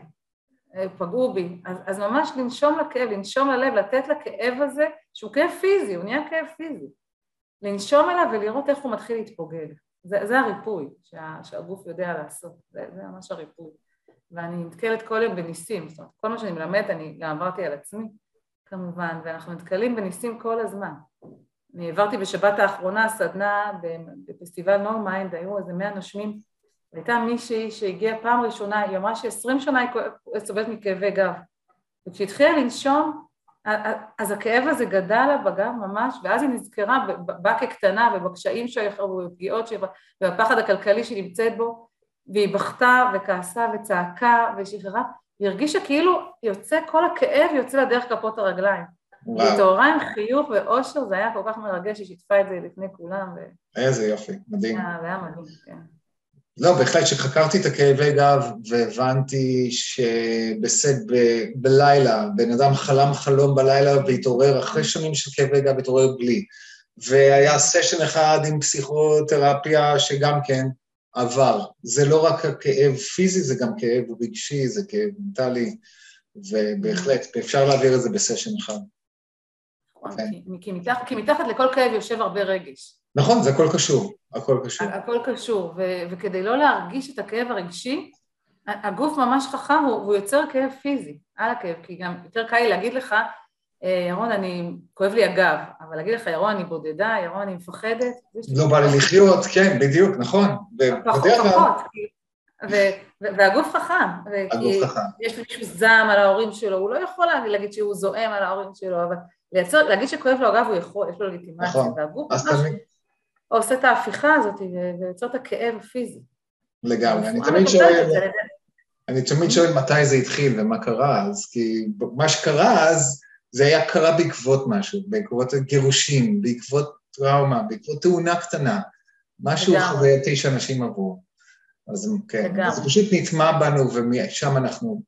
פגעו בי, אז, אז ממש לנשום לכאב, לנשום ללב, לתת לכאב הזה, שהוא כאב פיזי, הוא נהיה כאב פיזי. לנשום אליו ולראות איך הוא מתחיל להתפוגג. זה, זה הריפוי שה, שהגוף יודע לעשות, זה, זה ממש הריפוי. ואני נתקלת כל יום בניסים, זאת אומרת, כל מה שאני מלמדת, אני גם עברתי על עצמי, כמובן, ואנחנו נתקלים בניסים כל הזמן. אני עברתי בשבת האחרונה סדנה בפסטיבל נו מיינד, היו איזה מאה נושמים, והייתה מישהי שהגיעה פעם ראשונה, היא אמרה שעשרים שנה היא סובלת מכאבי גב, וכשהתחילה לנשום, אז הכאב הזה גדל לה בגב ממש, ואז היא נזכרה בה כקטנה, ובקשיים שלה, ובפגיעות שלה, ובפחד הכלכלי שהיא נמצאת בו, והיא בכתה וכעסה וצעקה ושחררה, היא הרגישה כאילו יוצא, כל הכאב יוצא לדרך כפות הרגליים. היא התעוררה עם חיוך ואושר, זה היה כל כך מרגש, היא שיתפה את זה לפני כולם.
איזה יופי, מדהים.
זה היה מדהים, כן.
לא, בהחלט, שחקרתי את הכאבי גב, והבנתי שבלילה, בן אדם חלם חלום בלילה, והתעורר אחרי שנים של כאבי גב, התעורר בלי. והיה סשן אחד עם פסיכותרפיה, שגם כן עבר. זה לא רק הכאב פיזי, זה גם כאב רגשי, זה כאב מנטלי, ובהחלט, אפשר להעביר את זה בסשן אחד.
כי מתחת לכל כאב יושב הרבה רגש.
נכון, זה הכל קשור, הכל קשור.
הכל קשור, ו- וכדי לא להרגיש את הכאב הרגשי, הגוף ממש חכם, הוא, הוא יוצר כאב פיזי על הכאב, כי גם יותר קל לי להגיד לך, ירון, אני, כואב לי הגב, אבל להגיד לך, ירון, אני בודדה, ירון, אני מפחדת.
לא בא לי לחיות, כן, בדיוק, נכון.
פחות, פחות. והגוף חכם.
הגוף חכם.
יש מישהו זעם על ההורים שלו, הוא לא יכול להגיד שהוא זועם על ההורים שלו, אבל להגיד שכואב לו הגב הוא יכול, יש לו לגיטימציה, והגוף ממש עושה את ההפיכה הזאת, ויוצר את הכאב הפיזי.
לגמרי, אני תמיד שואל... אני תמיד שואל מתי זה התחיל ומה קרה אז, כי מה שקרה אז, זה היה קרה בעקבות משהו, בעקבות גירושים, בעקבות טראומה, בעקבות תאונה קטנה, משהו חווייתי שאנשים עברו. אז כן, אז זה פשוט נטמע בנו, ומשם אנחנו...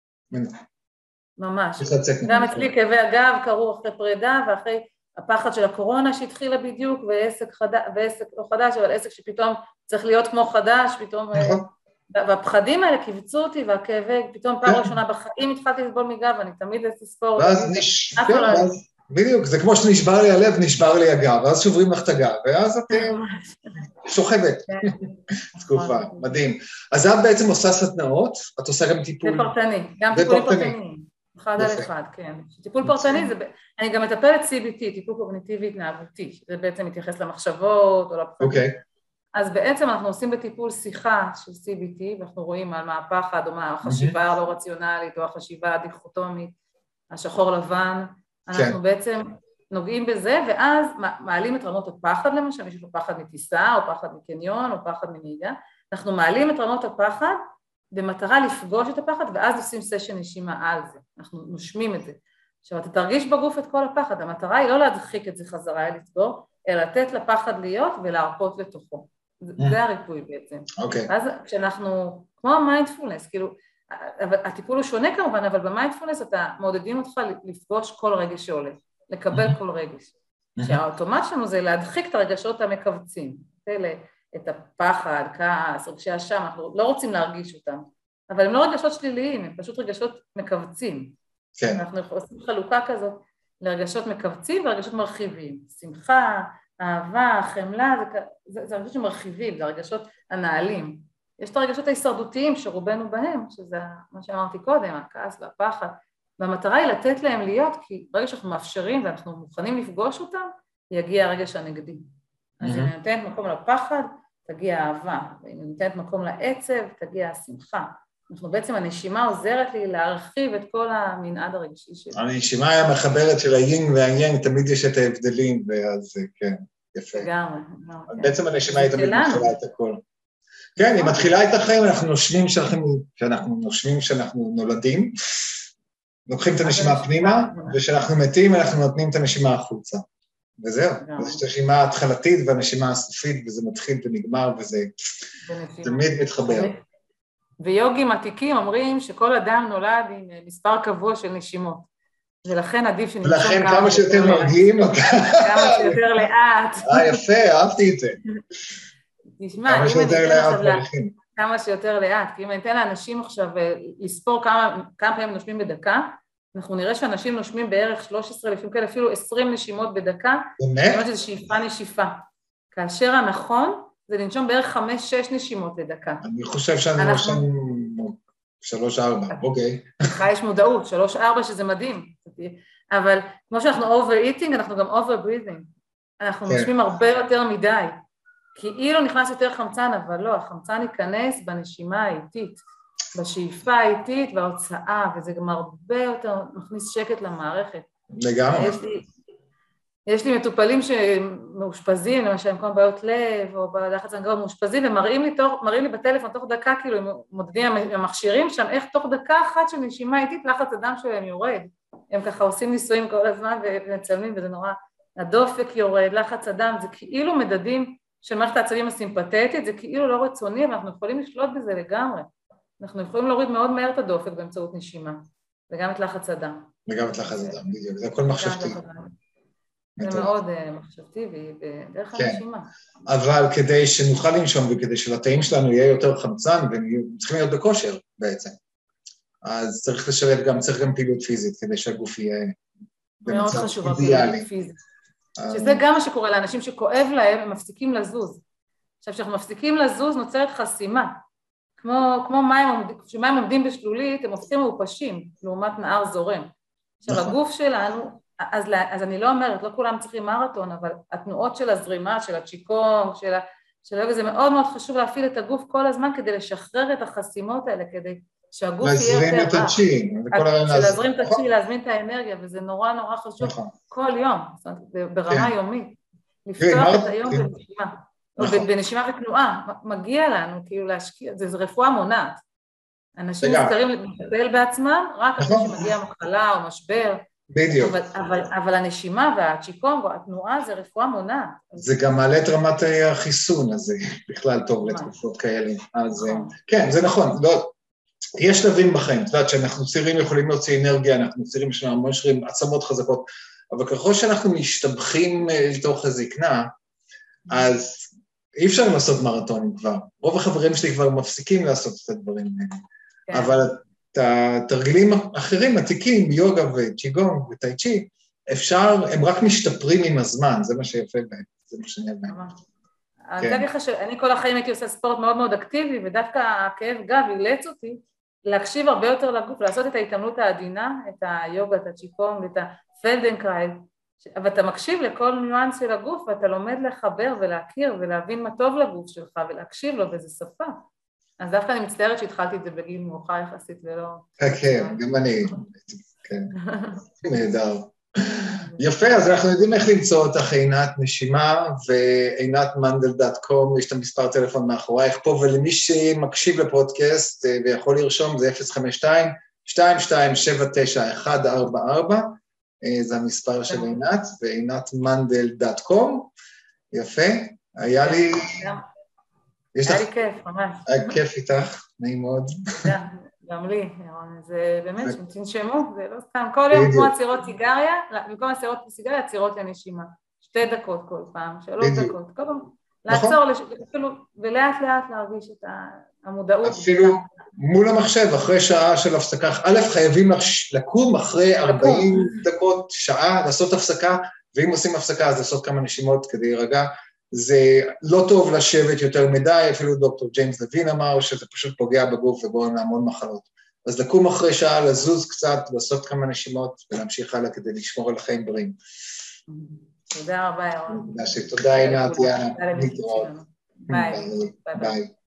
ממש. גם אצלי כאבי הגב קרו אחרי פרידה, ואחרי הפחד של הקורונה שהתחילה בדיוק, ועסק חדש, ועסק לא חדש, אבל עסק שפתאום צריך להיות כמו חדש, פתאום... והפחדים האלה קיבצו אותי, והכאבי, פתאום פעם ראשונה בחיים התחלתי לסבול מגב, אני תמיד לספור.
ואז נש... כן, אז בדיוק, זה כמו שנשבר לי הלב, נשבר לי הגב, ואז שוברים לך את הגב, ואז את שוכבת. תקופה, מדהים. אז את בעצם עושה סדנאות, את עושה גם טיפול...
זה פרטני, גם טיפולים פרטניים. אחד על אחד, כן. טיפול פרטני, אני גם מטפלת סי בי טי, טיפול קוגניטיבי התנהגותי, שזה בעצם מתייחס למחשבות או לפחדים.
אוקיי.
אז בעצם אנחנו עושים בטיפול שיחה של סי בי טי, ואנחנו רואים על מה הפחד, או מה החשיבה הלא רציונלית, או החשיבה הדיכוטומית, השחור לבן, אנחנו בעצם נוגעים בזה, ואז מעלים את רמות הפחד, למשל, יש לו פחד מטיסה, או פחד מקניון, או פחד מנהיגה, אנחנו מעלים את רמות הפחד, במטרה לפגוש את הפחד, ואז עושים סשן נשימה על זה, אנחנו נושמים את זה. עכשיו, אתה תרגיש בגוף את כל הפחד, המטרה היא לא להדחיק את זה חזרה, לסגור, אלא לתת לפחד להיות ולהרפות לתוכו. זה הריפוי בעצם.
אוקיי.
אז כשאנחנו, כמו המיינדפולנס, כאילו, הטיפול הוא שונה כמובן, אבל במיינדפולנס אתה מעודדים אותך לפגוש כל רגש שעולה, לקבל כל רגש. שהאוטומט שלנו זה להדחיק את הרגשות המקבצים, את הפחד, כעס, רגשי אשם, אנחנו לא רוצים להרגיש אותם, אבל הם לא רגשות שליליים, הם פשוט רגשות מקבצים.
כן.
אנחנו עושים חלוקה כזאת לרגשות מקבצים ורגשות מרחיבים. שמחה, אהבה, חמלה, זה, זה, זה הרגשות שמרחיבים, זה הרגשות הנעלים. יש את הרגשות ההישרדותיים שרובנו בהם, שזה מה שאמרתי קודם, הכעס והפחד, והמטרה היא לתת להם להיות, כי ברגע שאנחנו מאפשרים ואנחנו מוכנים לפגוש אותם, יגיע הרגש הנגדי. אז אם אני נותנת מקום לפחד, תגיע האהבה, ואם אני נותנת מקום לעצב, תגיע השמחה. אנחנו בעצם, הנשימה עוזרת לי להרחיב את כל המנעד הרגשי שלי.
הנשימה היא המחברת של היינג והיאנג, תמיד יש את ההבדלים, ואז כן, יפה.
לגמרי.
בעצם הנשימה היא תמיד מתחילה את הכל. כן, היא מתחילה את החיים, אנחנו נושמים שאנחנו נושמים שאנחנו נולדים, לוקחים את הנשימה פנימה, ושאנחנו מתים אנחנו נותנים את הנשימה החוצה. וזהו, יש נשימה ההתחלתית והנשימה הסופית, וזה מתחיל ונגמר, וזה תמיד מתחבר.
ויוגים עתיקים אומרים שכל אדם נולד עם מספר קבוע של נשימות, ולכן עדיף שנשום
ולכן כמה שיותר מרגיעים אותה.
כמה שיותר לאט.
אה, יפה, אהבתי את זה.
תשמע,
כמה שיותר לאט.
כמה שיותר לאט, כי אם אני אתן לאנשים עכשיו לספור כמה פעמים נושמים בדקה, אנחנו נראה שאנשים נושמים בערך שלוש עשרה, לפעמים כאלה אפילו עשרים נשימות בדקה.
באמת?
זאת אומרת שזה שאיפה נשיפה. כאשר הנכון, זה לנשום בערך חמש, שש נשימות לדקה.
אני חושב שאני נושם שלוש, ארבע, אוקיי.
לך יש מודעות, שלוש, ארבע, שזה מדהים. אבל כמו שאנחנו over-eating, אנחנו גם over-breathing. אנחנו נושמים הרבה יותר מדי. כאילו נכנס יותר חמצן, אבל לא, החמצן ייכנס בנשימה האיטית, בשאיפה האיטית וההוצאה, וזה גם הרבה יותר מכניס שקט למערכת.
לגמרי.
יש לי... יש לי מטופלים שמאושפזים, למשל עם כל בעיות לב או בלחץ הגבוה מאושפזים, ומראים לי, תוך, מראים לי בטלפון תוך דקה, כאילו הם מודדים, הם מכשירים שם, איך תוך דקה אחת של נשימה איטית לחץ הדם שלהם יורד. הם ככה עושים ניסויים כל הזמן ומצלמים, וזה נורא, הדופק יורד, לחץ הדם, זה כאילו מדדים של מערכת העצבים הסימפתטית, זה כאילו לא רצוני, אבל אנחנו יכולים לשלוט בזה לגמרי. אנחנו יכולים להוריד מאוד מהר את הדופק באמצעות נשימה, וגם את לחץ הדם.
וגם את לחץ הדם, בדיוק, זה הכל מחשבתי.
זה מאוד מחשבתי בדרך הנשימה.
אבל כדי שנוכל לנשום וכדי שלתאים שלנו יהיה יותר חמצן, והם צריכים להיות בכושר בעצם. אז צריך לשלב גם, צריך גם פעילות פיזית, כדי שהגוף יהיה
במצב אידיאלי. שזה גם מה שקורה לאנשים שכואב להם, הם מפסיקים לזוז. עכשיו, כשאנחנו מפסיקים לזוז, נוצרת חסימה. כמו, כמו מים, כשמים עומדים בשלולית, הם הופכים מעופשים, לעומת נהר זורם. עכשיו, הגוף שלנו, אז, אז אני לא אומרת, לא כולם צריכים מרתון, אבל התנועות של הזרימה, של הצ'יקונג, של, של היוגה, זה מאוד מאוד חשוב להפעיל את הגוף כל הזמן, כדי לשחרר את החסימות האלה, כדי שהגוף יהיה יותר
רך. להזרים את הצ'י.
להזרים את הצ'י, להזמין את האנרגיה, וזה נורא נורא חשוב כל יום, זאת אומרת, ברמה יומית, לפתוח את היום בנשימה. בנשימה ותנועה, מגיע לנו כאילו להשקיע, זה רפואה מונעת. אנשים מזכרים לטפל בעצמם, רק אחרי שמגיע מחלה או משבר.
בדיוק.
אבל הנשימה והצ'יקונג והתנועה זה רפואה מונעת.
זה גם מעלה את רמת החיסון, אז זה בכלל טוב לתקופות כאלה. אז כן, זה נכון. יש שלבים בחיים, את יודעת שאנחנו צעירים יכולים להוציא אנרגיה, אנחנו צעירים יש לנו המון שרירים, עצמות חזקות, אבל ככל שאנחנו משתבחים לתוך הזקנה, אז אי אפשר לעשות מרתונים כבר. רוב החברים שלי כבר מפסיקים לעשות את הדברים האלה. כן. אבל את התרגילים האחרים, עתיקים, יוגה וצ'יגונג וטאי צ'י, אפשר, הם רק משתפרים עם הזמן, זה מה שיפה בהם, זה מה שאני אבין.
אני כן. לך שאני כל החיים הייתי עושה ספורט מאוד מאוד אקטיבי, ודווקא הכאב גב אילץ אותי להקשיב הרבה יותר לגוף, לעשות את ההתאמנות העדינה, את היוגה, את הצ'יקונג, את הפלדנקרייל, אבל אתה מקשיב לכל ניואנס של הגוף, ואתה לומד לחבר ולהכיר ולהבין מה טוב לגוף שלך ולהקשיב לו באיזה שפה. אז דווקא אני מצטערת שהתחלתי את זה בגיל מאוחר יחסית ולא...
כן, גם אני, כן, נהדר. יפה, אז אנחנו יודעים איך למצוא אותך עינת נשימה ועינת מנדל דאט קום, יש את המספר טלפון מאחורייך פה, ולמי שמקשיב לפודקאסט ויכול לרשום זה אפס חמש שתיים שתיים שתיים שבע תשע אחת ארבע ארבע, זה המספר של עינת, ועינת מנדל דאט קום, יפה, היה לי...
היה לי כיף, ממש.
היה כיף איתך, נעים מאוד.
גם לי, זה באמת, שתנשמו, זה לא סתם, כל יום כמו עצירות סיגריה, במקום עצירות סיגריה, עצירות הנשימה, שתי דקות כל פעם, שלוש דקות, כל פעם, לעצור, ולאט לאט להרגיש את המודעות.
אפילו מול המחשב, אחרי שעה של הפסקה, א', חייבים לקום אחרי ארבעים דקות, שעה, לעשות הפסקה, ואם עושים הפסקה, אז לעשות כמה נשימות כדי להירגע, זה לא טוב לשבת יותר מדי, אפילו דוקטור ג'יימס לוין אמר שזה פשוט פוגע בגוף וגורם להמון מחלות. אז לקום אחרי שעה, לזוז קצת, לעשות כמה נשימות ולהמשיך הלאה כדי לשמור על החיים בריאים.
תודה רבה, ירון.
תודה עינת, יאללה, להתראות.
ביי.
ביי.